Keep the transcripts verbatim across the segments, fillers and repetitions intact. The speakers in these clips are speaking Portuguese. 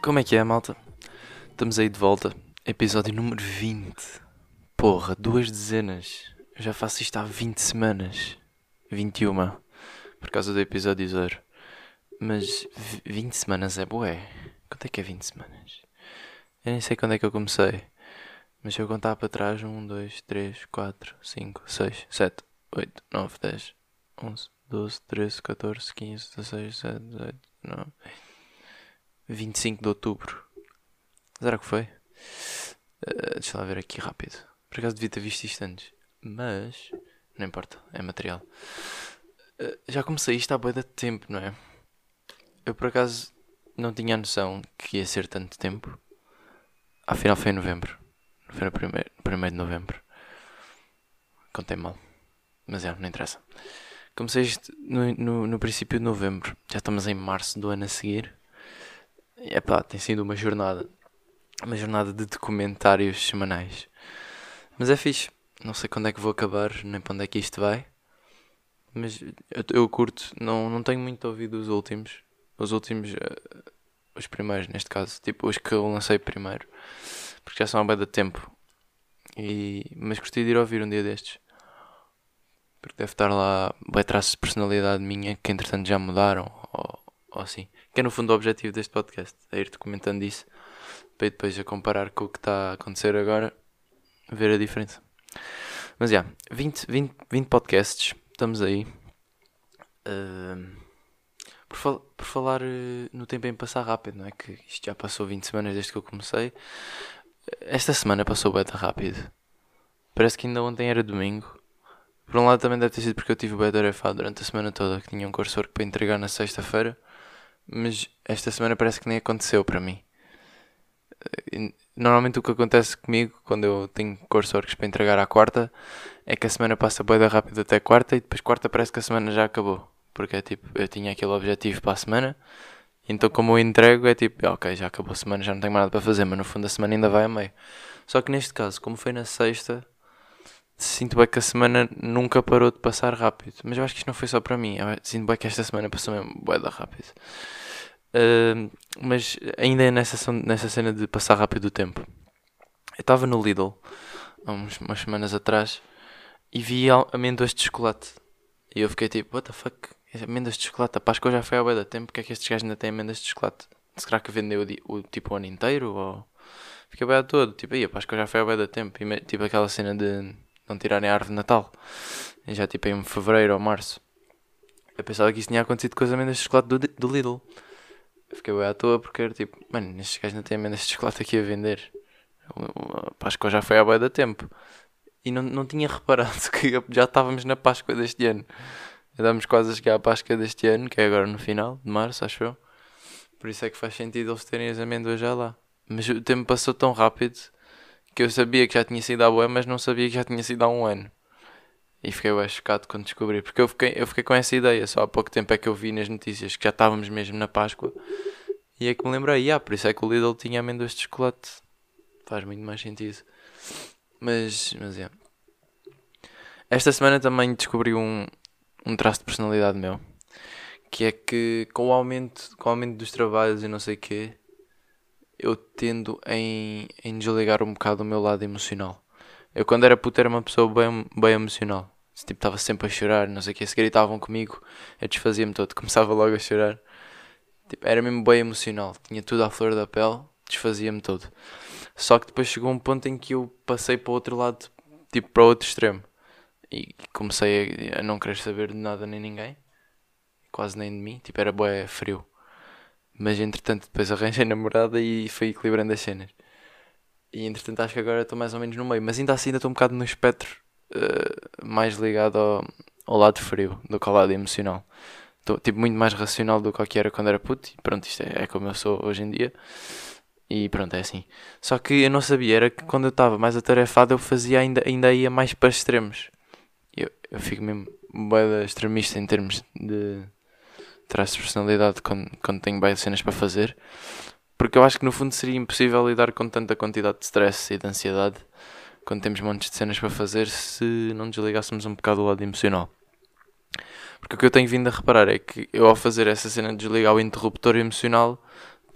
Como é que é, malta? Estamos aí de volta. Episódio número vinte. Porra, duas dezenas. Eu já faço isto há vinte semanas. vinte e uma. Por causa do episódio zero. Mas v- vinte semanas é bué. Quanto é que é vinte semanas? Eu nem sei quando é que eu comecei. Mas se eu contar para trás, um, dois, três, quatro, cinco, seis, sete, oito, nove, dez, onze, doze, treze, catorze, quinze, dezasseis, dezessete, dezoito, dezenove, vinte e cinco de outubro. Será que foi? Uh, deixa lá ver aqui rápido. Por acaso devia ter visto isto antes. Mas não importa, é material. Uh, já comecei isto há bué de tempo, não é? Eu por acaso não tinha a noção que ia ser tanto tempo. Afinal foi em novembro. Foi no primeiro, primeiro de novembro. Contei mal. Mas é, não interessa. Comecei isto no, no, no princípio de novembro. Já estamos em março do ano a seguir. E epá, tem sido uma jornada. Uma jornada de documentários semanais. Mas é fixe. Não sei quando é que vou acabar, nem para onde é que isto vai. Mas eu, eu curto. Não, não tenho muito ouvido os últimos. Os últimos. eh, os primeiros, neste caso. Tipo, os que eu lancei primeiro. Porque já são há bem de tempo. E, mas gostei de ir ouvir um dia destes. Porque deve estar lá bem traços de personalidade minha que entretanto já mudaram. Ou, ou assim. Que é no fundo o objetivo deste podcast. É ir documentando isso. Para ir depois a comparar com o que está a acontecer agora. Ver a diferença. Mas já, yeah, vinte, vinte, vinte podcasts, estamos aí. Uh, por, fal por falar uh, no tempo em passar rápido, não é? Que isto já passou vinte semanas desde que eu comecei. Esta semana passou bem rápido. Parece que ainda ontem era domingo. Por um lado também deve ter sido porque eu tive bem tarefado durante a semana toda, que tinha um coursework para entregar na sexta-feira. Mas esta semana parece que nem aconteceu para mim. Normalmente o que acontece comigo quando eu tenho courseworks para entregar à quarta é que a semana passa bué da rápido até quarta e depois quarta parece que a semana já acabou. Porque é tipo, eu tinha aquele objetivo para a semana, então como eu entrego é tipo, ok, já acabou a semana, já não tenho mais nada para fazer, mas no fundo a semana ainda vai a meio. Só que neste caso, como foi na sexta, sinto bem que a semana nunca parou de passar rápido. Mas eu acho que isto não foi só para mim, eu sinto bem que esta semana passou mesmo bué da rápido. Uh, mas ainda é nessa, nessa cena de passar rápido o tempo. Eu estava no Lidl há uns, umas semanas atrás e vi amêndoas de chocolate. E eu fiquei tipo, what the fuck? Amêndoas de chocolate? A Páscoa já foi há bué da tempo, porque é que estes gajos ainda têm amêndoas de chocolate? Será que vendeu o, o tipo o ano inteiro? Ou... Fiquei bem a todo, tipo, aí a Páscoa já foi há bué da tempo. E, tipo aquela cena de não tirarem a árvore de Natal. E já tipo em fevereiro ou março. Eu pensava que isso tinha acontecido com as amêndoas de chocolate do, do Lidl. Eu fiquei bem à toa porque era tipo, mano, estes gajos não têm amêndoas de chocolate aqui a vender. A Páscoa já foi há bué da tempo. E não, não tinha reparado que já estávamos na Páscoa deste ano. Já estamos quase a chegar à Páscoa deste ano, que é agora no final de março, acho eu. Por isso é que faz sentido eles terem as amêndoas já lá. Mas o tempo passou tão rápido que eu sabia que já tinha sido há bué, mas não sabia que já tinha sido há um ano. E fiquei bem chocado quando descobri. Porque eu fiquei, eu fiquei com essa ideia. Só há pouco tempo é que eu vi nas notícias que já estávamos mesmo na Páscoa. E é que me lembrei, ah, por isso é que o Lidl tinha amêndoas de chocolate. Faz muito mais sentido. Mas, mas é. Esta semana também descobri um, um traço de personalidade meu. Que é que com o aumento, com o aumento dos trabalhos e não sei o quê, eu tendo em, em desligar um bocado o meu lado emocional. Eu quando era puto era uma pessoa bem, bem emocional. Tipo, estava sempre a chorar, não sei o quê. Se gritavam comigo, eu desfazia-me todo. Começava logo a chorar. Tipo, era mesmo bem emocional. Tinha tudo à flor da pele, desfazia-me todo. Só que depois chegou um ponto em que eu passei para o outro lado, tipo para o outro extremo. E comecei a, a não querer saber de nada nem ninguém. Quase nem de mim. Tipo, era bué frio. Mas entretanto depois arranjei namorada e fui equilibrando as cenas. E entretanto acho que agora estou mais ou menos no meio. Mas ainda assim ainda estou um bocado no espectro uh, mais ligado ao, ao lado frio do que ao lado emocional. Estou tipo muito mais racional do que o que era quando era puto. E pronto, isto é, é como eu sou hoje em dia. E pronto, é assim. Só que eu não sabia, era que quando eu estava mais atarefado eu fazia ainda, ainda ia mais para extremos. Eu, eu fico mesmo bué extremista em termos de traços de personalidade quando, quando tenho bem cenas para fazer. Porque eu acho que no fundo seria impossível lidar com tanta quantidade de stress e de ansiedade quando temos montes de cenas para fazer se não desligássemos um bocado o lado emocional. Porque o que eu tenho vindo a reparar é que eu ao fazer essa cena de desligar o interruptor emocional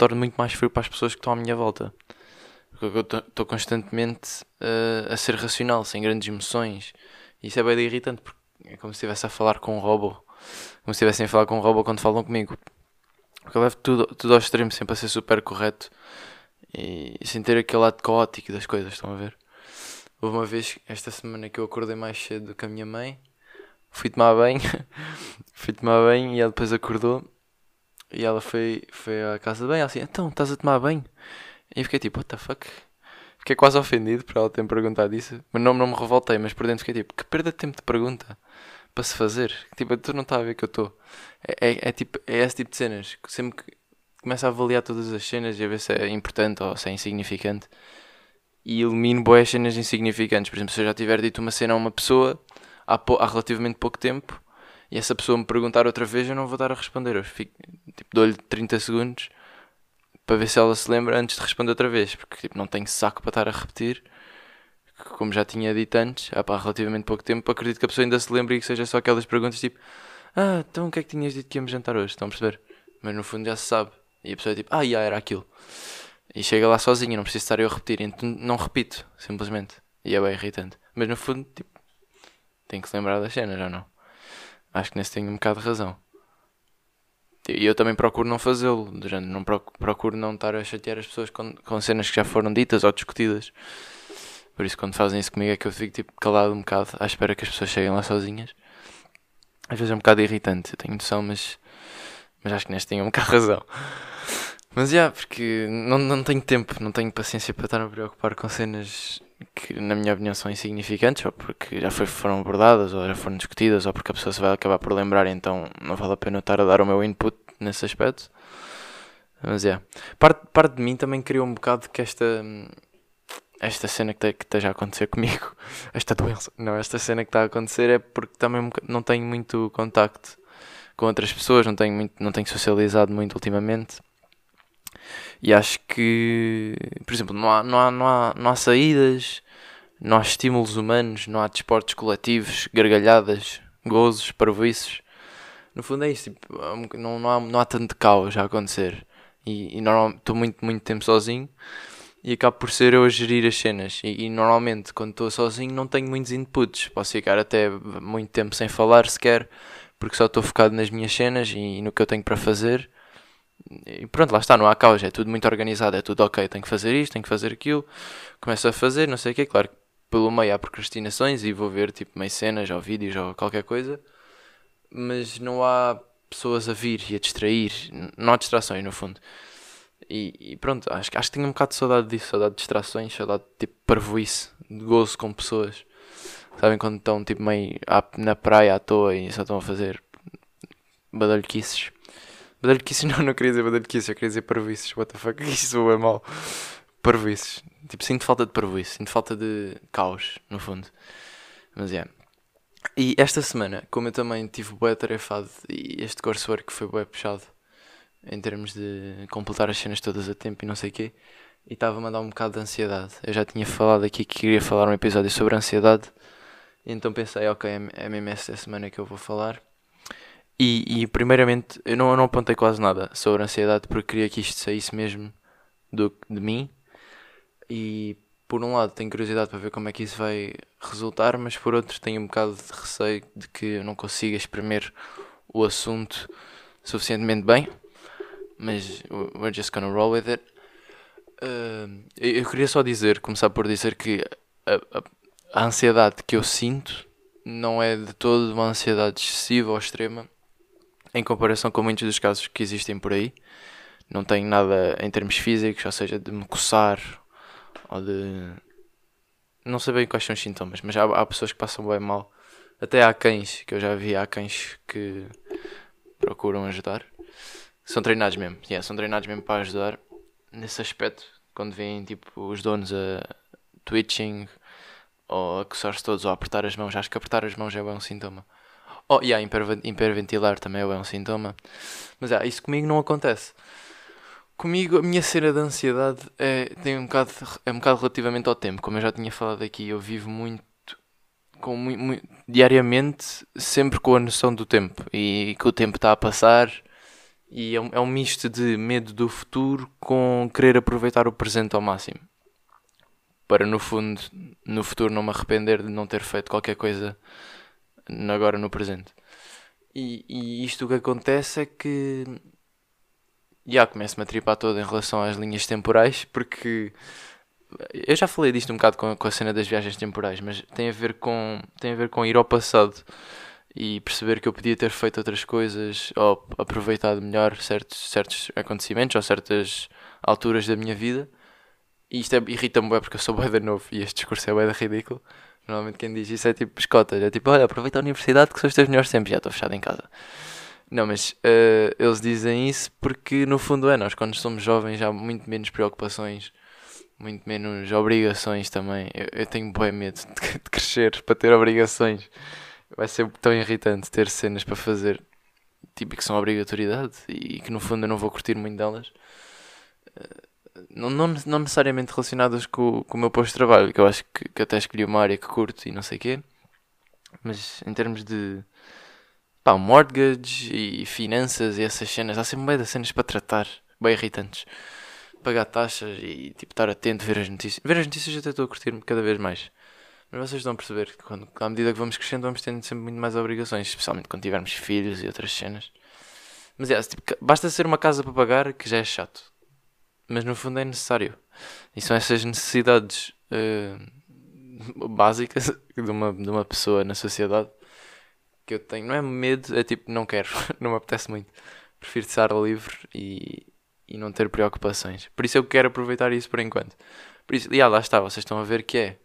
torno muito mais frio para as pessoas que estão à minha volta. Porque eu estou constantemente uh, a ser racional, sem grandes emoções. E isso é bem irritante, porque é como se estivesse a falar com um robô. Como se estivessem a falar com um robô quando falam comigo. Porque eu levo tudo, tudo ao extremo, sempre a ser super correto. E, e sem ter aquele lado caótico das coisas, estão a ver? Houve uma vez, esta semana, que eu acordei mais cedo do que a minha mãe. Fui tomar banho. Fui tomar banho e ela depois acordou. E ela foi, foi à casa de banho, assim, então, estás a tomar banho? E eu fiquei tipo, what the fuck? Fiquei quase ofendido por ela ter-me perguntado isso. Mas não, não me revoltei, mas por dentro fiquei tipo, que perda de tempo de pergunta para se fazer. Tipo, tu não estás a ver que eu estou. É, é, é, tipo, é esse tipo de cenas. Que sempre que começo a avaliar todas as cenas e a ver se é importante ou se é insignificante. E elimino boas cenas insignificantes. Por exemplo, se eu já tiver dito uma cena a uma pessoa há, pou- há relativamente pouco tempo e essa pessoa me perguntar outra vez, eu não vou dar a responder. Eu fico, tipo, dou-lhe trinta segundos para ver se ela se lembra antes de responder outra vez. Porque tipo, não tenho saco para estar a repetir. Como já tinha dito antes, há pá, relativamente pouco tempo, acredito que a pessoa ainda se lembre e que seja só aquelas perguntas tipo: ah, então o que é que tinhas dito que íamos jantar hoje? Estão a perceber? Mas no fundo já se sabe. E a pessoa é tipo: ah, já era aquilo. E chega lá sozinha, não preciso estar eu a repetir. Então não repito, simplesmente. E é bem irritante. Mas no fundo, tipo, tenho que se lembrar das cenas, ou não? Acho que nesse tenho um bocado de razão. E eu também procuro não fazê-lo. Do género, não proc- procuro não estar a chatear as pessoas com, com cenas que já foram ditas ou discutidas. Por isso, quando fazem isso comigo, é que eu fico tipo calado um bocado, à espera que as pessoas cheguem lá sozinhas. Às vezes é um bocado irritante, eu tenho noção, mas, mas acho que neste tenho um bocado de razão. Mas já, yeah, porque não, não tenho tempo, não tenho paciência para estar a preocupar com cenas que, na minha opinião, são insignificantes, ou porque já foi, foram abordadas, ou já foram discutidas, ou porque a pessoa se vai acabar por lembrar, então não vale a pena eu estar a dar o meu input nesse aspecto. Mas é. Yeah. Parte, parte de mim também criou um bocado que esta. Esta cena que, te, que esteja a acontecer comigo, esta doença, não, esta cena que está a acontecer é porque também um boca- não tenho muito contacto com outras pessoas, não tenho, muito, não tenho socializado muito ultimamente. E acho que, por exemplo, não há, não há, não há, não há saídas, não há estímulos humanos, não há desportos coletivos, gargalhadas, gozos, parvoíces. No fundo é isso, tipo, há um- não, não, há, não há tanto caos a acontecer. E, e normalmente estou muito, muito tempo sozinho e acabo por ser eu a gerir as cenas. E, e normalmente, quando estou sozinho, não tenho muitos inputs. Posso ficar até muito tempo sem falar sequer, porque só estou focado nas minhas cenas e, e no que eu tenho para fazer. E pronto, lá está, não há caos, é tudo muito organizado, é tudo ok, tenho que fazer isto, tenho que fazer aquilo. Começo a fazer, não sei o quê. Claro que pelo meio há procrastinações e vou ver tipo meio cenas ou vídeos ou qualquer coisa, mas não há pessoas a vir e a distrair, n- não há distrações no fundo. E, e pronto, acho, que- acho que tenho um bocado de saudade disso, saudade de distrações, saudade de tipo parvoíce, de gozo com pessoas. Sabem quando estão tipo meio à- na praia à toa e só estão a fazer badalhoquices. Badalhoquices não, não queria dizer badalhoquices, eu queria dizer parvoíces. What the fuck, isso é mal. Parvoíces. Tipo, sinto falta de parvoíce, sinto falta de caos, no fundo. Mas é. Yeah. E esta semana, como eu também tive bué tarefado e este coursework foi bué puxado em termos de completar as cenas todas a tempo e não sei o quê, e estava-me a dar um bocado de ansiedade. Eu já tinha falado aqui que queria falar um episódio sobre ansiedade, e então pensei, ok, é é mesmo esta semana que eu vou falar. E, e primeiramente, eu não, eu não apontei quase nada sobre ansiedade porque queria que isto saísse mesmo do, de mim. E por um lado tenho curiosidade para ver como é que isso vai resultar, mas por outro tenho um bocado de receio de que eu não consiga exprimir o assunto suficientemente bem. Mas we're just gonna roll with it. Uh, eu eu queria só dizer, começar por dizer que a, a- a ansiedade que eu sinto não é de todo uma ansiedade excessiva ou extrema em comparação com muitos dos casos que existem por aí. Não tenho nada em termos físicos, ou seja, de me coçar ou de. Não sei bem quais são os sintomas, mas há, há pessoas que passam bem mal. Até há cães, que eu já vi, há cães que procuram ajudar. São treinados mesmo, yeah, são treinados mesmo para ajudar nesse aspecto. Quando vêm tipo os donos a twitching ou a coçar-se todos ou a apertar as mãos, acho que apertar as mãos é bem um sintoma. Oh, e yeah, hiperven- hiperventilar também é bem um sintoma. Mas yeah, isso comigo não acontece. Comigo a minha cena de ansiedade é, tem um bocado, é um bocado relativamente ao tempo. Como eu já tinha falado aqui, eu vivo muito, com mui- mui- diariamente, sempre com a noção do tempo. E que o tempo está a passar E é um, é um misto de medo do futuro com querer aproveitar o presente ao máximo. Para, no fundo, no futuro não me arrepender de não ter feito qualquer coisa agora no presente. E, e isto o que acontece é que já começo-me a tripar todo em relação às linhas temporais, porque eu já falei disto um bocado com, com a cena das viagens temporais, mas tem a ver com, tem a ver com ir ao passado e perceber que eu podia ter feito outras coisas ou aproveitado melhor certos, certos acontecimentos ou certas alturas da minha vida. E isto é, irrita-me bem porque eu sou bué de novo e este discurso é bué de ridículo. Normalmente quem diz isso é tipo escotas, é tipo, olha, aproveita a universidade que são os teus melhores tempos, já estou fechado em casa. Não, mas eh, eles dizem isso porque no fundo é, nós quando somos jovens já há muito menos preocupações, muito menos obrigações também. Eu, eu tenho bué medo de, de crescer para ter obrigações. Vai ser tão irritante ter cenas para fazer, tipo que são obrigatoriedade e que no fundo eu não vou curtir muito delas. Não, não, não necessariamente relacionadas com, com o meu posto de trabalho, que eu acho que, que até escolhi uma área que curto e não sei o quê. Mas em termos de pá, mortgage e finanças e essas cenas, há sempre bem de cenas para tratar, bem irritantes. Pagar taxas e tipo estar atento, ver as notícias. Ver as notícias até estou a curtir-me cada vez mais. Mas vocês estão a perceber que quando, à medida que vamos crescendo vamos tendo sempre muito mais obrigações, especialmente quando tivermos filhos e outras cenas. Mas é, tipo, basta ser uma casa para pagar que já é chato. Mas no fundo é necessário. E são essas necessidades uh, básicas de uma, de uma pessoa na sociedade que eu tenho. Não é medo, é tipo, não quero, não me apetece muito. Prefiro estar livre e, e não ter preocupações. Por isso eu quero aproveitar isso por enquanto. Por isso, e ah, lá está, vocês estão a ver que é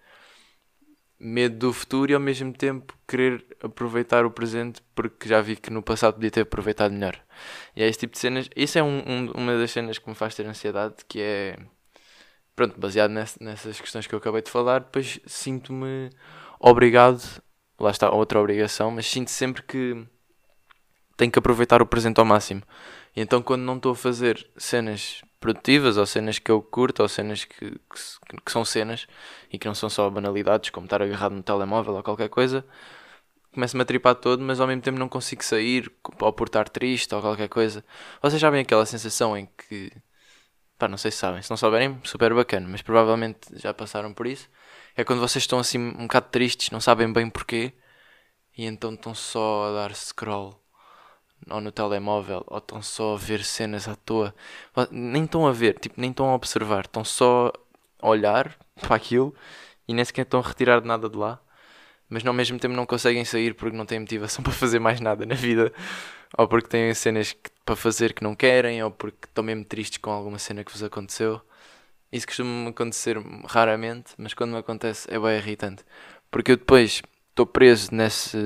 medo do futuro e ao mesmo tempo querer aproveitar o presente porque já vi que no passado podia ter aproveitado melhor. E é este tipo de cenas. Isso é um, um, uma das cenas que me faz ter ansiedade, que é pronto, baseado ness, nessas questões que eu acabei de falar, depois sinto-me obrigado, lá está outra obrigação, mas sinto sempre que tenho que aproveitar o presente ao máximo. E então quando não estou a fazer cenas produtivas, ou cenas que eu curto, ou cenas que, que, que são cenas, e que não são só banalidades, como estar agarrado no telemóvel ou qualquer coisa, começo-me a tripar todo, mas ao mesmo tempo não consigo sair, ou por estar triste, ou qualquer coisa. Vocês sabem aquela sensação em que, pá, não sei se sabem, se não souberem, super bacana, mas provavelmente já passaram por isso. É quando vocês estão assim um bocado tristes, não sabem bem porquê, e então estão só a dar scroll ou no telemóvel, ou estão só a ver cenas à toa. Nem estão a ver, tipo, nem estão a observar, estão só a olhar para aquilo e nem sequer estão a retirar nada de lá, mas ao mesmo tempo não conseguem sair porque não têm motivação para fazer mais nada na vida, ou porque têm cenas que, para fazer que não querem, ou porque estão mesmo tristes com alguma cena que vos aconteceu. Isso costuma acontecer raramente, mas quando me acontece é bem irritante, porque eu depois estou preso nesse,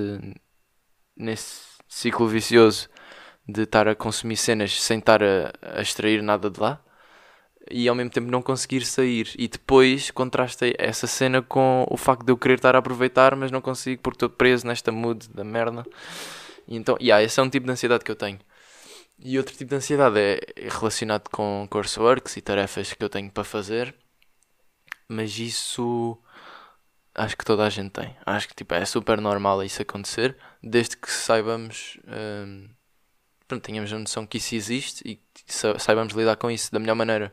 nesse ciclo vicioso de estar a consumir cenas sem estar a, a extrair nada de lá e ao mesmo tempo não conseguir sair, e depois contrasta essa cena com o facto de eu querer estar a aproveitar mas não consigo porque estou preso nesta mood da merda. E então, yeah, esse é um tipo de ansiedade que eu tenho. E outro tipo de ansiedade é relacionado com courseworks e tarefas que eu tenho para fazer, mas isso acho que toda a gente tem. Acho que tipo, é super normal isso acontecer, desde que saibamos, hum, pronto, tenhamos a noção que isso existe e que sa- saibamos lidar com isso da melhor maneira.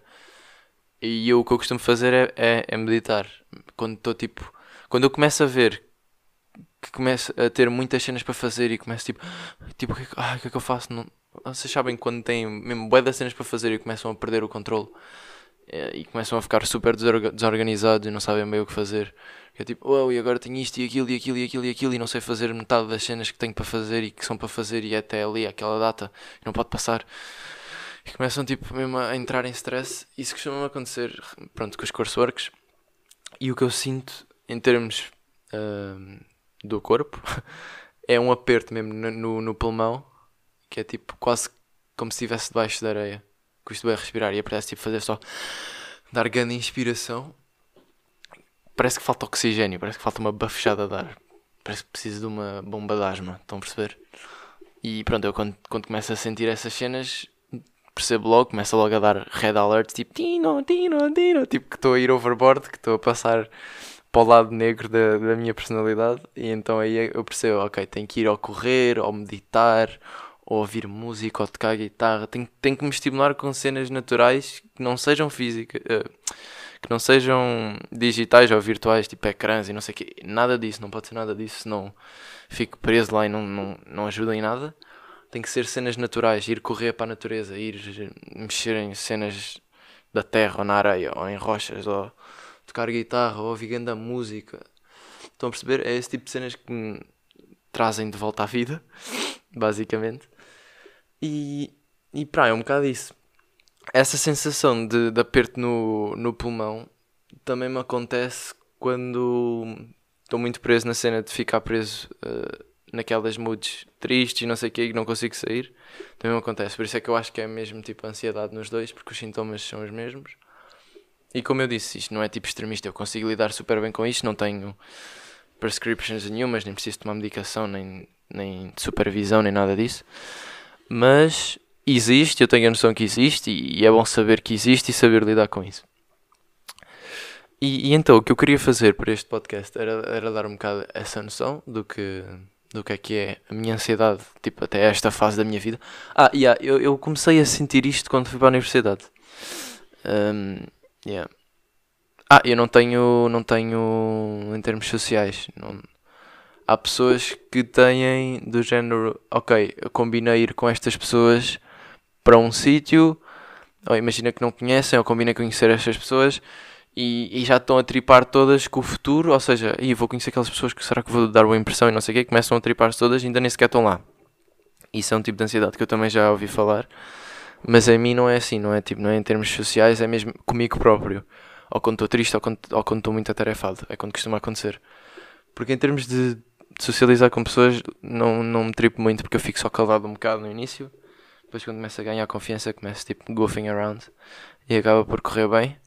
E eu o que eu costumo fazer é, é, é meditar. Quando estou tipo, quando eu começo a ver que começo a ter muitas cenas para fazer e começo tipo, tipo, o que é que, ai, o que é que eu faço? Não, vocês sabem quando têm mesmo bué de cenas para fazer e começam a perder o controle, eh, e começam a ficar super desorga- desorganizados e não sabem bem o que fazer. Eu tipo, uau, e agora tenho isto e aquilo e aquilo e aquilo e aquilo e não sei fazer metade das cenas que tenho para fazer e que são para fazer e é até ali, aquela data, e não pode passar. E começam tipo mesmo a entrar em stress. Isso costuma acontecer, pronto, com os courseworks. E o que eu sinto em termos ahm, do corpo é um aperto mesmo no, no, no pulmão, que é tipo quase como se estivesse debaixo da areia. Custo bem a respirar e aparece tipo fazer só dar grande inspiração. Parece que falta oxigênio, parece que falta uma bafejada de ar. Parece que preciso de uma bomba de asma, estão a perceber? E pronto, eu quando, quando começo a sentir essas cenas, percebo logo, começo logo a dar red alert, tipo Tino, Tino, Tino, tipo que estou a ir overboard, que estou a passar para o lado negro da, da minha personalidade, e então aí eu percebo, ok, tenho que ir ou correr, ou meditar, ou ouvir música, ou tocar guitarra. Tenho, tenho que me estimular com cenas naturais que não sejam físicas, uh, que não sejam digitais ou virtuais, tipo ecrãs e não sei o quê. Nada disso, não pode ser nada disso, senão fico preso lá e não, não, não ajuda em nada. Tem que ser cenas naturais, ir correr para a natureza, ir mexer em cenas da terra, ou na areia, ou em rochas, ou tocar guitarra, ou ouvir grande música. Estão a perceber? É esse tipo de cenas que me trazem de volta à vida, basicamente. E, e pá, é um bocado isso. Essa sensação de, de aperto no, no pulmão também me acontece quando estou muito preso na cena de ficar preso uh, naquelas moods tristes e não sei o que, e não consigo sair. Também me acontece. Por isso é que eu acho que é mesmo tipo ansiedade nos dois, porque os sintomas são os mesmos. E como eu disse, isto não é tipo extremista, eu consigo lidar super bem com isto, não tenho prescriptions nenhumas, nem preciso tomar medicação, nem, nem supervisão, nem nada disso. Mas existe, eu tenho a noção que existe, e é bom saber que existe e saber lidar com isso. E, e então, o que eu queria fazer para este podcast era, era dar um bocado essa noção do que, do que é que é a minha ansiedade, tipo, até esta fase da minha vida. Ah, yeah, eu, eu comecei a sentir isto quando fui para a universidade. Um, yeah. Ah, eu não tenho, não tenho em termos sociais. Não, há pessoas que têm do género, ok, eu combinei ir com estas pessoas para um sítio, ou imagina que não conhecem, ou combinei conhecer estas pessoas e, e já estão a tripar todas com o futuro, ou seja, e vou conhecer aquelas pessoas que será que vou dar boa impressão e não sei o quê, começam a tripar-se todas e ainda nem sequer estão lá. Isso é um tipo de ansiedade que eu também já ouvi falar, mas em mim não é assim, não é tipo, não é em termos sociais, é mesmo comigo próprio. Ou quando estou triste, ou quando, ou quando estou muito atarefado. É quando costuma acontecer. Porque em termos de, de socializar com pessoas, não, não me tripo muito, porque eu fico só calado um bocado no início. Depois quando começo a ganhar confiança, começo tipo goofing around. E acaba por correr bem.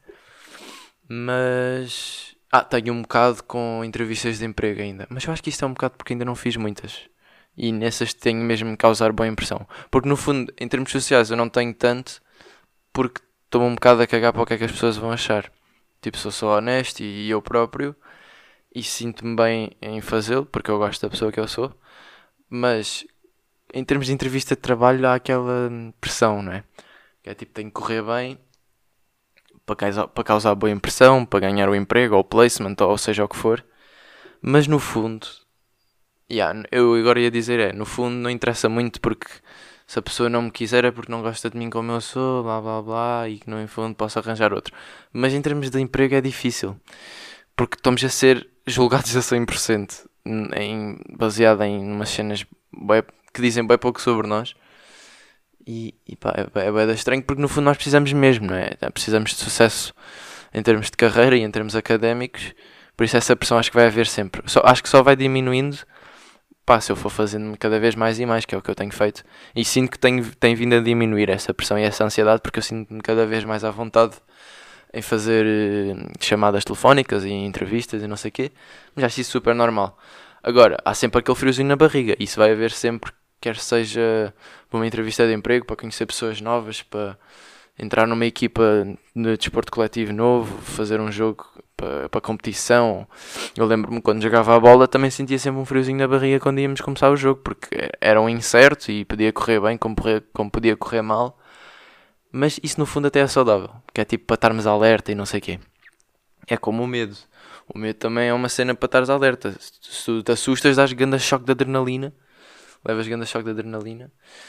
Mas... Ah, tenho um bocado com entrevistas de emprego ainda. Mas eu acho que isto é um bocado porque ainda não fiz muitas. E nessas tenho mesmo que causar boa impressão. Porque no fundo, em termos sociais, eu não tenho tanto, porque estou um bocado a cagar para o que é que as pessoas vão achar. Tipo, sou só honesto e eu próprio, e sinto-me bem em fazê-lo, porque eu gosto da pessoa que eu sou. Mas, em termos de entrevista de trabalho, há aquela pressão, não é? Que é tipo, tenho que correr bem para causar, para causar boa impressão, para ganhar o emprego, ou o placement, ou seja o que for. Mas no fundo, yeah, eu agora ia dizer é, no fundo não interessa muito, porque se a pessoa não me quiser é porque não gosta de mim como eu sou, blá blá blá, e que no fundo posso arranjar outro. Mas em termos de emprego é difícil, porque estamos a ser julgados a cem por cento, em, baseado em umas cenas bué, que dizem bem pouco sobre nós. E, e pá, é, é bem estranho, porque no fundo nós precisamos mesmo, não é? Precisamos de sucesso em termos de carreira e em termos académicos, por isso essa pressão acho que vai haver sempre. Só, acho que só vai diminuindo, pá, se eu for fazendo cada vez mais e mais, que é o que eu tenho feito. E sinto que tenho, tem vindo a diminuir essa pressão e essa ansiedade, porque eu sinto-me cada vez mais à vontade em fazer uh, chamadas telefónicas e entrevistas e não sei o quê. Mas acho isso super normal. Agora, há sempre aquele friozinho na barriga. Isso vai haver sempre, quer seja para uma entrevista de emprego, para conhecer pessoas novas, para entrar numa equipa de desporto coletivo novo, fazer um jogo para, para competição. Eu lembro-me quando jogava a bola, também sentia sempre um friozinho na barriga quando íamos começar o jogo, porque era um incerto e podia correr bem como, como podia correr mal. Mas isso no fundo até é saudável, que é tipo para estarmos alerta e não sei o quê. É como o medo. O medo também é uma cena para estares alerta. Se tu te assustas, dás grande choque de adrenalina, levas grande choque de adrenalina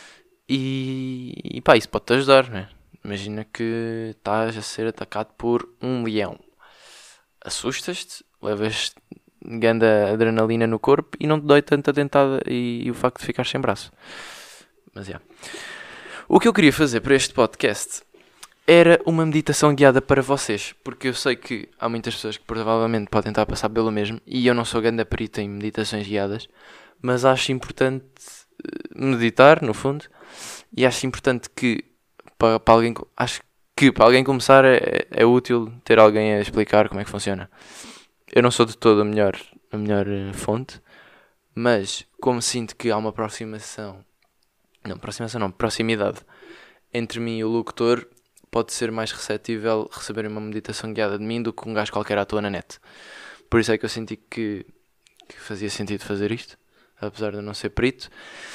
e, e pá, isso pode-te ajudar, não é? Imagina que estás a ser atacado por um leão. Assustas-te, levas grande adrenalina no corpo e não te dói tanta dentada e, e o facto de ficar sem braço. Mas é. Yeah. O que eu queria fazer para este podcast era uma meditação guiada para vocês, porque eu sei que há muitas pessoas que provavelmente podem estar a passar pelo mesmo, e eu não sou grande perito em meditações guiadas, mas acho importante meditar, no fundo, e acho importante que para, para alguém, acho que para alguém começar é, é útil ter alguém a explicar como é que funciona. Eu não sou de todo a melhor, a melhor fonte, mas como sinto que há uma aproximação, não, aproximação não, proximidade entre mim e o locutor, pode ser mais receptível receber uma meditação guiada de mim do que um gajo qualquer à toa na net. Por isso é que eu senti que, que fazia sentido fazer isto, apesar de eu não ser perito.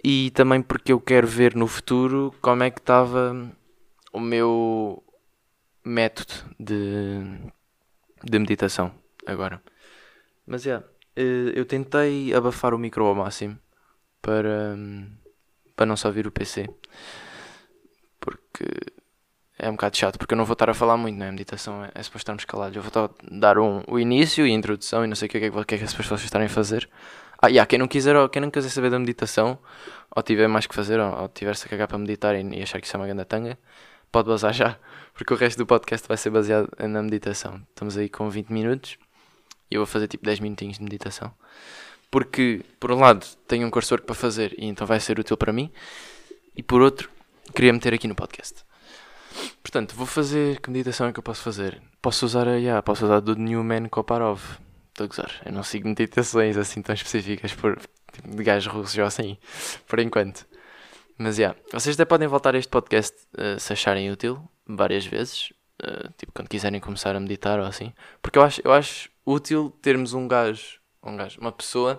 e também porque eu quero ver no futuro como é que estava o meu método de, de meditação agora. Mas é, yeah, eu tentei abafar o micro ao máximo para, para não só ouvir o P C, porque é um bocado chato, porque eu não vou estar a falar muito, não é? A meditação é, é suposto estarmos calados. Eu vou estar a dar um, o início e a introdução e não sei o que é que, que, é que é suposto vocês estarem a fazer. Ah, e yeah, quem não quiser, ou quem não quiser saber da meditação, ou tiver mais que fazer, ou, ou tiver-se a cagar para meditar e, e achar que isso é uma grande tanga, pode basar já, porque o resto do podcast vai ser baseado na meditação. Estamos aí com vinte minutos e eu vou fazer tipo dez minutinhos de meditação. Porque, por um lado, tenho um coursework para fazer e então vai ser útil para mim, e por outro, queria meter aqui no podcast. Portanto, vou fazer. Que meditação é que eu posso fazer? Posso usar a yeah, posso usar do Newman Koparov. Estou a gozar. Eu não sigo meditações assim tão específicas por, tipo, de gajos russos ou assim, por enquanto. Mas já, yeah, vocês até podem voltar a este podcast uh, se acharem útil, várias vezes. Uh, tipo, quando quiserem começar a meditar ou assim. Porque eu acho, eu acho útil termos um gajo, um gajo, uma pessoa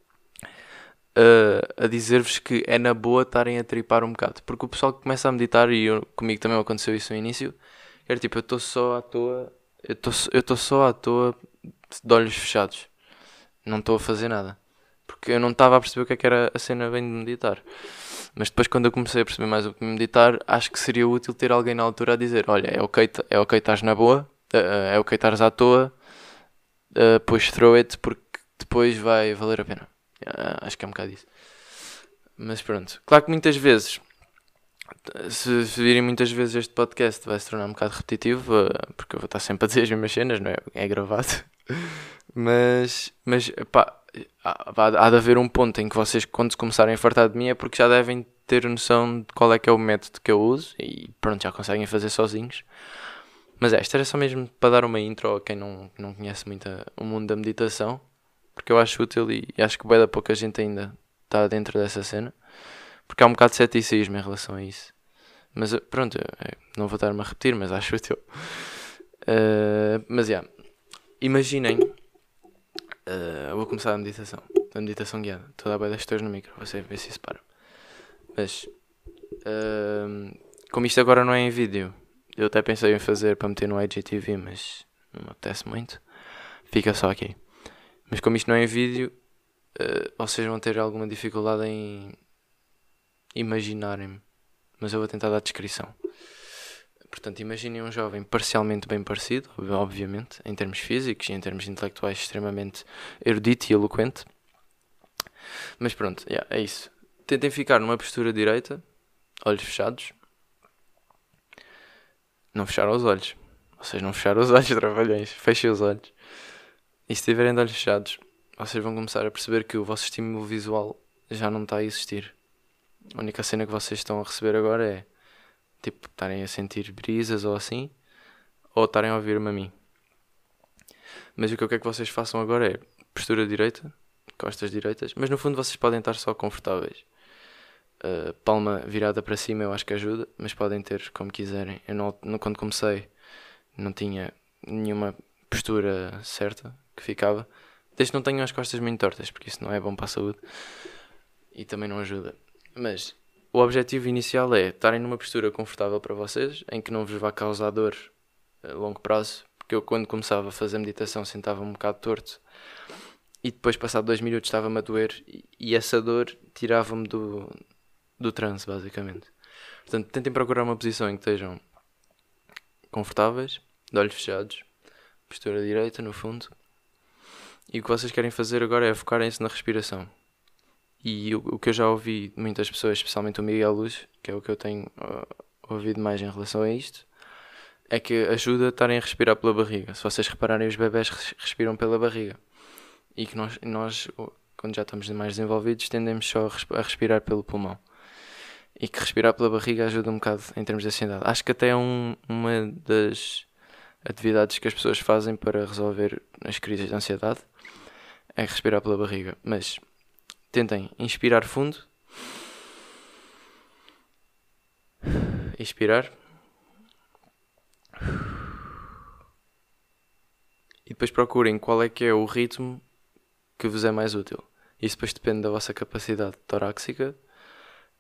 Uh, a dizer-vos que é na boa estarem a tripar um bocado. Porque o pessoal que começa a meditar, e eu, comigo também aconteceu isso no início, era tipo, eu estou só à toa, eu estou só à toa de olhos fechados. Não estou a fazer nada. Porque eu não estava a perceber o que é que era a cena bem de meditar. Mas depois quando eu comecei a perceber mais o que meditar, acho que seria útil ter alguém na altura a dizer, olha, é ok, é ok estás na boa, uh, é ok estares à toa, uh, push through it, porque depois vai valer a pena. Uh, acho que é um bocado isso. Mas pronto. Claro que muitas vezes, se, se virem muitas vezes este podcast, vai se tornar um bocado repetitivo, uh, porque eu vou estar sempre a dizer as mesmas cenas, não é? É gravado. mas, mas pá, há, há de haver um ponto em que vocês, quando começarem a fartar de mim, é porque já devem ter noção de qual é que é o método que eu uso e pronto, já conseguem fazer sozinhos. Mas é, isto era só mesmo para dar uma intro a quem não, não conhece muito a, o mundo da meditação. Porque eu acho útil e, e acho que bem da pouca gente ainda está dentro dessa cena. Porque há um bocado de ceticismo em relação a isso. Mas pronto, eu não vou estar-me a repetir, mas acho útil. Uh, mas já, yeah, imaginem, uh, eu vou começar a meditação. A meditação guiada. Estou a dar bem das no micro, você ver se isso para. Mas, uh, como isto agora não é em vídeo, eu até pensei em fazer para meter no I G T V, mas não me apetece muito. Fica só aqui. Mas como isto não é em vídeo, uh, vocês vão ter alguma dificuldade em imaginarem-me. Mas eu vou tentar dar a descrição. Portanto, imaginem um jovem parcialmente bem parecido, obviamente, em termos físicos e em termos intelectuais extremamente erudito e eloquente. Mas pronto, yeah, é isso. Tentem ficar numa postura direita, olhos fechados. Não fecharam os olhos. Vocês não fecharam os olhos, trabalhões. Fechem os olhos. E se estiverem de olhos fechados, vocês vão começar a perceber que o vosso estímulo visual já não está a existir. A única cena que vocês estão a receber agora é tipo estarem a sentir brisas ou assim, ou estarem a ouvir-me a mim. Mas o que eu quero que vocês façam agora é postura direita, costas direitas, mas no fundo vocês podem estar só confortáveis. Uh, palma virada para cima eu acho que ajuda, mas podem ter como quiserem. Eu não, não, quando comecei não tinha nenhuma postura certa que ficava. Desde que não tenham as costas muito tortas, porque isso não é bom para a saúde e também não ajuda. Mas o objetivo inicial é estarem numa postura confortável para vocês, em que não vos vá causar dor a longo prazo, porque eu quando começava a fazer meditação sentava-me um bocado torto e depois passado dois minutos estava-me a doer e essa dor tirava-me do, do transe basicamente. Portanto, tentem procurar uma posição em que estejam confortáveis, de olhos fechados, postura direita no fundo, e o que vocês querem fazer agora é focarem-se na respiração. E o, o que eu já ouvi de muitas pessoas, especialmente o Miguel Luz, que é o que eu tenho uh, ouvido mais em relação a isto, é que ajuda a estarem a respirar pela barriga. Se vocês repararem, os bebés respiram pela barriga. E que nós, nós quando já estamos mais desenvolvidos, tendemos só a respirar pelo pulmão. E que respirar pela barriga ajuda um bocado em termos de ansiedade. Acho que até é um, uma das atividades que as pessoas fazem para resolver as crises de ansiedade é respirar pela barriga. Mas tentem inspirar fundo, expirar e depois procurem qual é que é o ritmo que vos é mais útil. Isso depois depende da vossa capacidade torácica,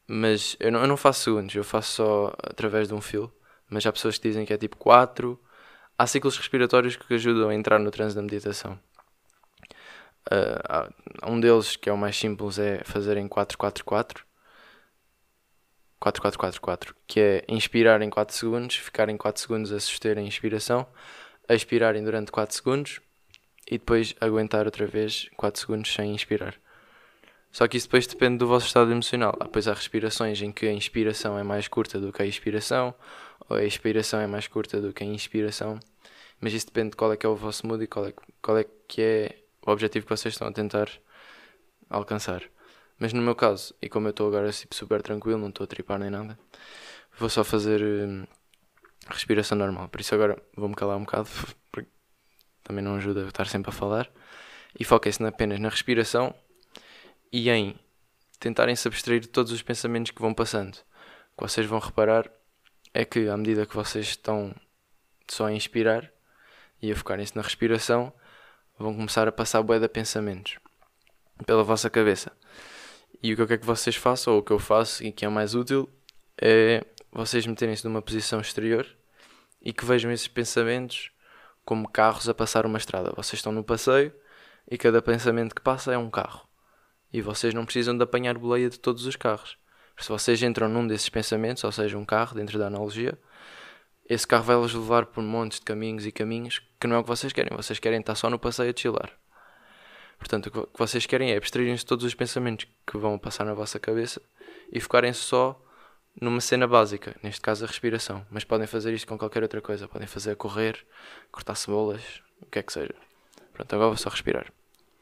Mas eu não, eu não faço segundos, eu faço só através de um fio. Mas há pessoas que dizem que é tipo quatro. Há ciclos respiratórios que ajudam a entrar no transe da meditação. Uh, há- um deles, que é o mais simples, é fazer em quatro quatro quatro. quatro quatro quatro quatro, que é inspirar em quatro segundos, ficar em quatro segundos a suster a inspiração, expirarem durante quatro segundos e depois aguentar outra vez quatro segundos sem inspirar. Só que isso depois depende do vosso estado emocional. Ah, pois há respirações em que a inspiração é mais curta do que a expiração, ou a expiração é mais curta do que a inspiração. Mas isso depende de qual é que é o vosso mood e qual é, qual é que é o objetivo que vocês estão a tentar alcançar. Mas no meu caso, e como eu estou agora tipo, super tranquilo, não estou a tripar nem nada, vou só fazer hum, respiração normal. Por isso agora vou-me calar um bocado, porque também não ajuda a estar sempre a falar. E foquem-se apenas na respiração e em tentarem se abstrair de todos os pensamentos que vão passando. O que vocês vão reparar é que à medida que vocês estão só a inspirar e a focarem-se na respiração, vão começar a passar bué de pensamentos pela vossa cabeça. E o que eu quero que vocês façam, ou o que eu faço e que é mais útil, é vocês meterem-se numa posição exterior e que vejam esses pensamentos como carros a passar uma estrada. Vocês estão no passeio e cada pensamento que passa é um carro. E vocês não precisam de apanhar boleia de todos os carros. Se vocês entram num desses pensamentos, ou seja, um carro, dentro da analogia, esse carro vai-vos levar por montes de caminhos e caminhos que não é o que vocês querem. Vocês querem estar só no passeio a chilar. Portanto, o que vocês querem é abstraírem-se de todos os pensamentos que vão passar na vossa cabeça e focarem-se só numa cena básica, neste caso a respiração. Mas podem fazer isto com qualquer outra coisa. Podem fazer a correr, cortar cebolas, o que é que seja. Pronto, agora vou só respirar.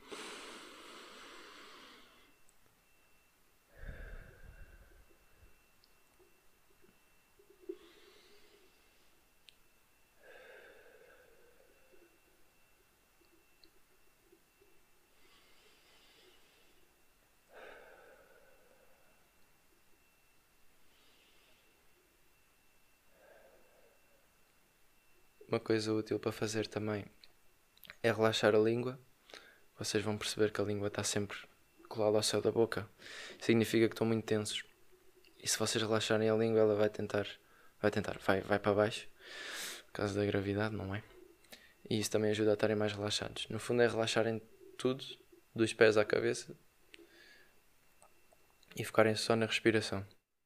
Uma coisa útil para fazer também é relaxar a língua. Vocês vão perceber que a língua está sempre colada ao céu da boca. Significa que estão muito tensos. E se vocês relaxarem a língua, ela vai tentar, vai tentar, vai, vai para baixo, por causa da gravidade, não é? E isso também ajuda a estarem mais relaxados. No fundo é relaxarem tudo, dos pés à cabeça, e focarem só na respiração.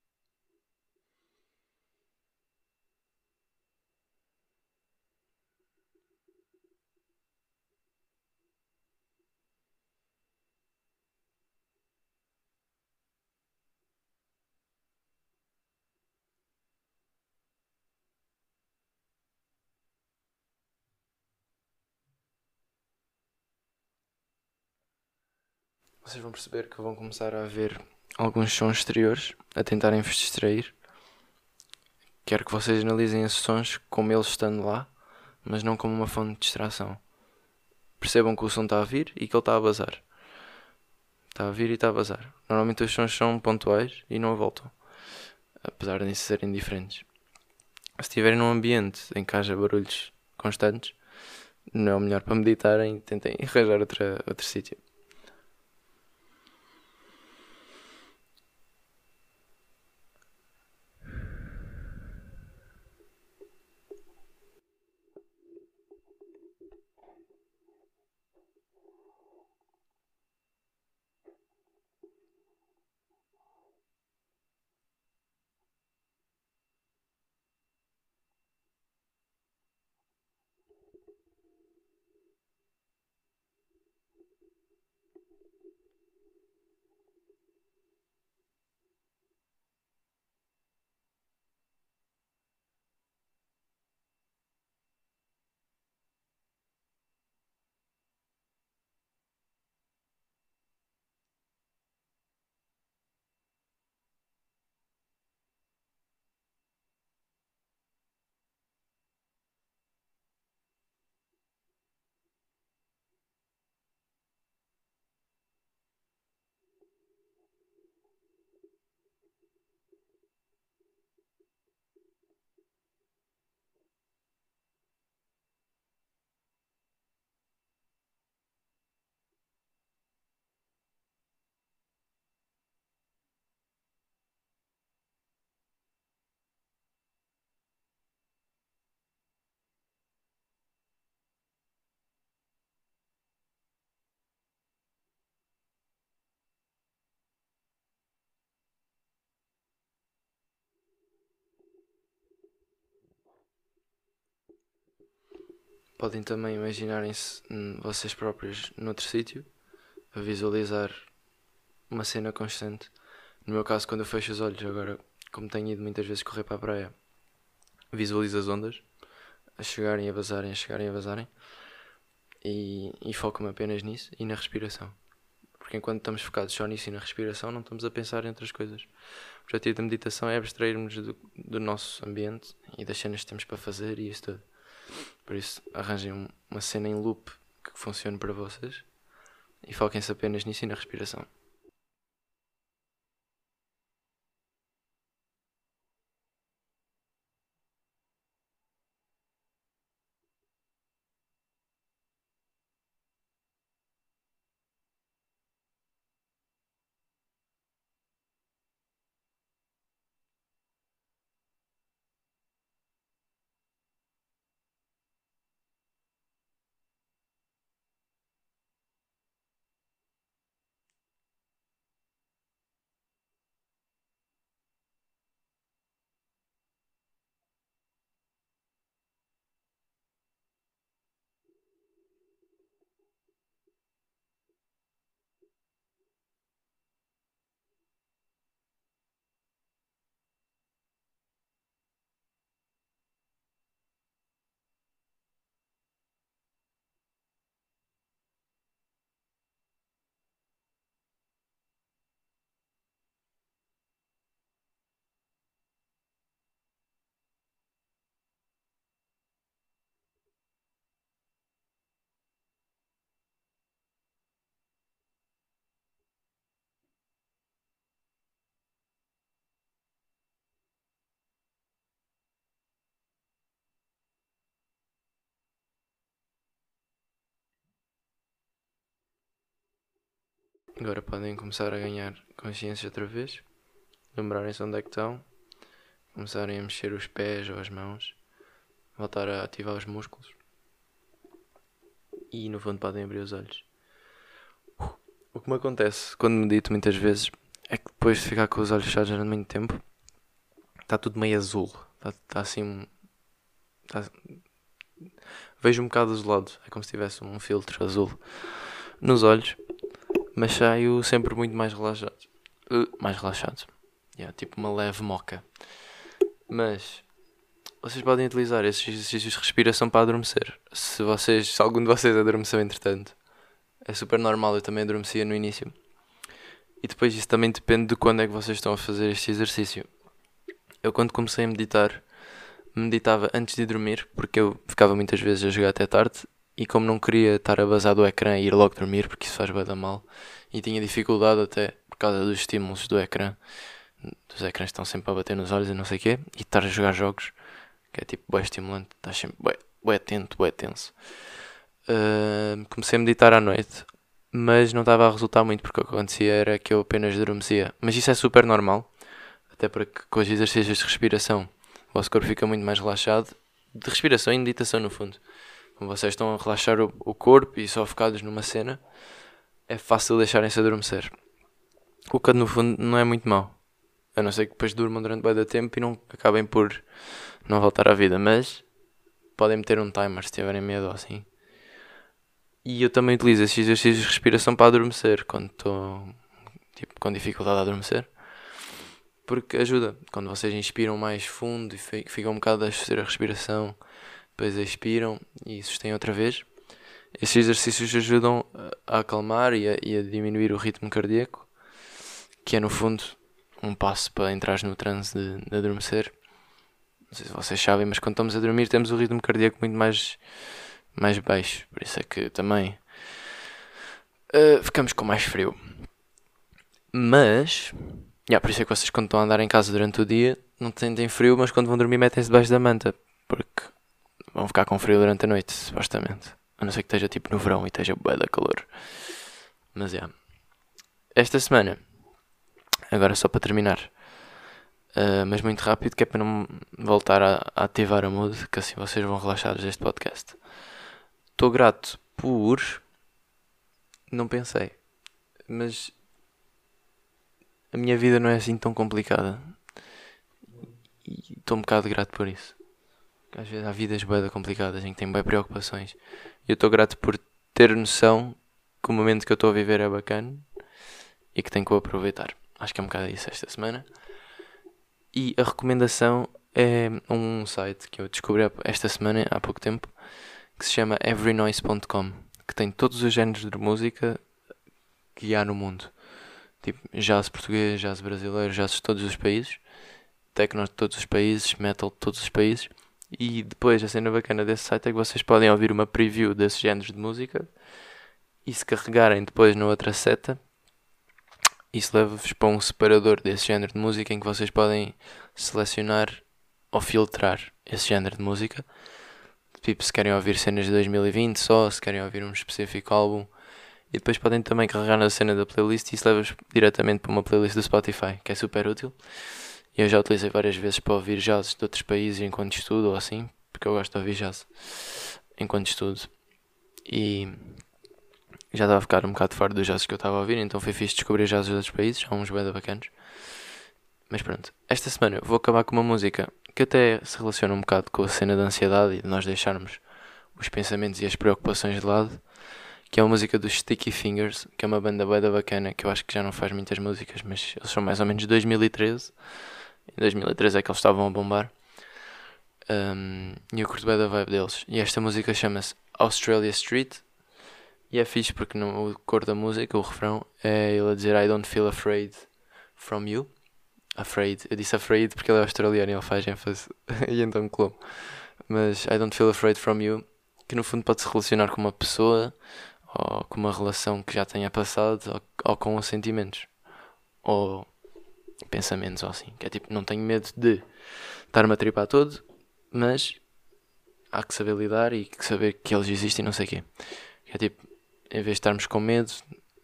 Vocês vão perceber que vão começar a haver alguns sons exteriores a tentarem vos distrair. Quero que vocês analisem esses sons como eles estando lá, mas não como uma fonte de distração. Percebam que o som está a vir e que ele está a bazar. Está a vir e está a bazar. Normalmente os sons são pontuais e não voltam, apesar de serem diferentes. Se estiverem num ambiente em que haja barulhos constantes, não é o melhor para meditarem, tentem arranjar outra, outro sítio. podem também imaginarem-se hum, vocês próprios noutro sítio, a visualizar uma cena constante. No meu caso, quando eu fecho os olhos, agora, como tenho ido muitas vezes correr para a praia, visualizo as ondas a chegarem, a vazarem, a chegarem, a vazarem, e, e foco-me apenas nisso e na respiração. Porque enquanto estamos focados só nisso e na respiração, não estamos a pensar em outras coisas. O objetivo da meditação é abstrairmos do, do nosso ambiente e das cenas que temos para fazer e isso tudo. Por isso, arranjem uma cena em loop que funcione para vocês e foquem-se apenas nisso e na respiração. Agora podem começar a ganhar consciência outra vez, lembrarem-se onde é que estão, começarem a mexer os pés ou as mãos, voltar a ativar os músculos e no fundo podem abrir os olhos. O que me acontece quando medito muitas vezes é que depois de ficar com os olhos fechados durante muito tempo, está tudo meio azul, está, está assim. Está, vejo um bocado azulado, é como se tivesse um filtro azul nos olhos, mas saio sempre muito mais relaxado. Uh, mais relaxado. Yeah, tipo uma leve moca. Mas vocês podem utilizar esses exercícios de respiração para adormecer. Se vocês, se algum de vocês adormeceu entretanto, é super normal, eu também adormecia no início. E depois isso também depende de quando é que vocês estão a fazer este exercício. Eu quando comecei a meditar, meditava antes de dormir, porque eu ficava muitas vezes a jogar até tarde e como não queria estar a basar do ecrã e ir logo dormir, porque isso faz bem da mal, e tinha dificuldade até por causa dos estímulos do ecrã, dos ecrãs que estão sempre a bater nos olhos e não sei o quê, e estar a jogar jogos, que é tipo bué estimulante, estás sempre bué, bué atento, bué tenso. Uh, comecei a meditar à noite, mas não estava a resultar muito, porque o que acontecia era que eu apenas adormecia. Mas isso é super normal, até porque com os exercícios de respiração o vosso corpo fica muito mais relaxado, de respiração e meditação no fundo. Como vocês estão a relaxar o, o corpo e só focados numa cena, é fácil deixarem-se adormecer. O que no fundo não é muito mau, a não ser que depois durmam durante bem da tempo e não acabem por não voltar à vida, mas podem meter um timer se tiverem medo ou assim. E eu também utilizo esses exercícios de respiração para adormecer, quando estou tipo, com dificuldade a adormecer. Porque ajuda, quando vocês inspiram mais fundo e ficam um bocado a fazer a respiração, depois expiram e sustêm outra vez. Esses exercícios ajudam a acalmar e a, e a diminuir o ritmo cardíaco, que é no fundo um passo para entrar no transe de, de adormecer. Não sei se vocês sabem, mas quando estamos a dormir temos o ritmo cardíaco muito mais, mais baixo. Por isso é que também uh, ficamos com mais frio. Mas, yeah, por isso é que vocês quando estão a andar em casa durante o dia não sentem frio, mas quando vão dormir metem-se debaixo da manta. Porque vão ficar com frio durante a noite, supostamente. A não ser que esteja tipo no verão e esteja bué da calor. Mas, yeah. Esta semana, agora só para terminar, uh, mas muito rápido, que é para não voltar a, a ativar a mood, que assim vocês vão relaxados deste podcast. Estou grato por... Não pensei, mas a minha vida não é assim tão complicada. E estou um bocado grato por isso. Às vezes há vidas bué complicadas em que tem bué preocupações. E eu estou grato por ter noção que o momento que eu estou a viver é bacana e que tenho que o aproveitar. Acho que é um bocado isso esta semana. E a recomendação é um site que eu descobri esta semana, há pouco tempo, que se chama every noise ponto com, que tem todos os géneros de música que há no mundo. Tipo, jazz português, jazz brasileiro, jazz de todos os países, techno de todos os países, metal de todos os países. E depois a cena bacana desse site é que vocês podem ouvir uma preview desses géneros de música e se carregarem depois na outra seta, isso leva-vos para um separador desse género de música em que vocês podem selecionar ou filtrar esse género de música. Tipo, se querem ouvir cenas de dois mil e vinte só, se querem ouvir um específico álbum. E depois podem também carregar na cena da playlist e isso leva-vos diretamente para uma playlist do Spotify, que é super útil. E eu já utilizei várias vezes para ouvir jazz de outros países enquanto estudo ou assim, porque eu gosto de ouvir jazz enquanto estudo. E já estava a ficar um bocado fora dos jazz que eu estava a ouvir, então foi fixe descobrir jazz de outros países, há uns bem bacanas. Mas pronto, esta semana vou acabar com uma música que até se relaciona um bocado com a cena da ansiedade e de nós deixarmos os pensamentos e as preocupações de lado, que é uma música dos Sticky Fingers, que é uma banda bem bacana, que eu acho que já não faz muitas músicas, mas eles são mais ou menos de dois mil e treze. Em dois mil e treze é que eles estavam a bombar. Um, e eu curto bem da vibe deles. E esta música chama-se Australia Street. E é fixe porque no, o cor da música, o refrão, é ele a dizer I don't feel afraid from you. Afraid. Eu disse afraid porque ele é australiano e ele faz ênfase. E então colou. Mas I don't feel afraid from you, que no fundo pode se relacionar com uma pessoa, ou com uma relação que já tenha passado, ou, ou com sentimentos. Ou pensamentos ou assim. Que é tipo, não tenho medo de estar-me a tripar todo, mas há que saber lidar e que saber que eles existem e não sei o quê. Que é tipo, em vez de estarmos com medo,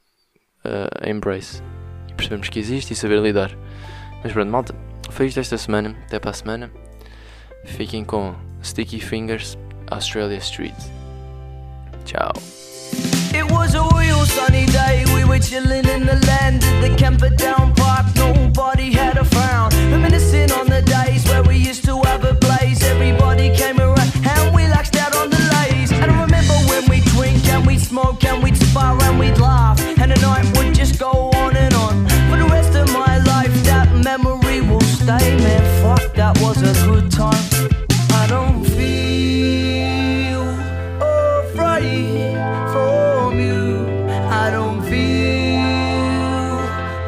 uh, embrace. E percebemos que existe e saber lidar. Mas pronto, malta, foi isto esta semana. Até para a semana. Fiquem com Sticky Fingers, Australia Street. Tchau. It was a real sunny day, we were chilling in the land at the Camperdown Park, nobody had a frown. Reminiscing on the days where we used to have a blaze, everybody came around and we laxed out on the lays. And I remember when we'd drink and we'd smoke and we'd spar and we'd laugh, and the night would just go on and on. For the rest of my life that memory will stay, man, fuck, that was a good time. I don't feel afraid from you. I don't feel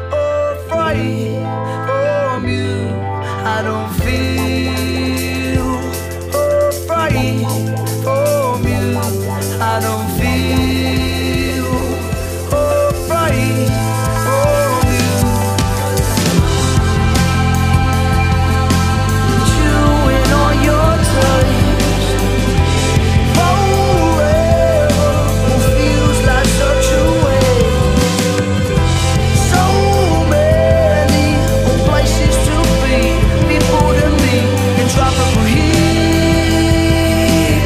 afraid from you. I don't feel afraid from you. I don't feel afraid from you. Chewing on your toes forever feels like such a waste. So many places to be, people to meet in tropical heat.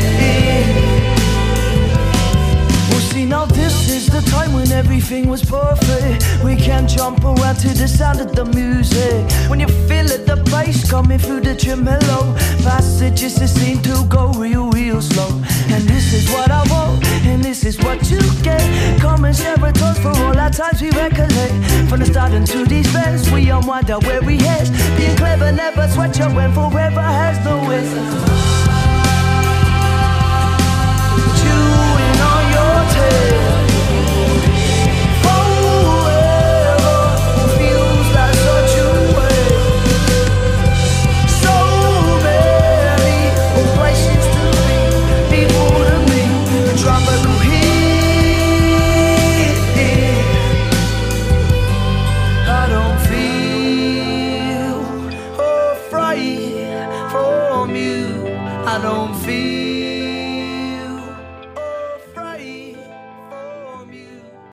Well, see, now this is the time when everything was perfect. We can jump around to the sound of the music. When you feel it, the bass coming through the tremolo, passages that seem to go real, real slow. And this is what I want, and this is what you get. Come and share a toast for all our times we recollect. From the start into these fans, we unwind our weary heads. Being clever never sweat you when forever has no end.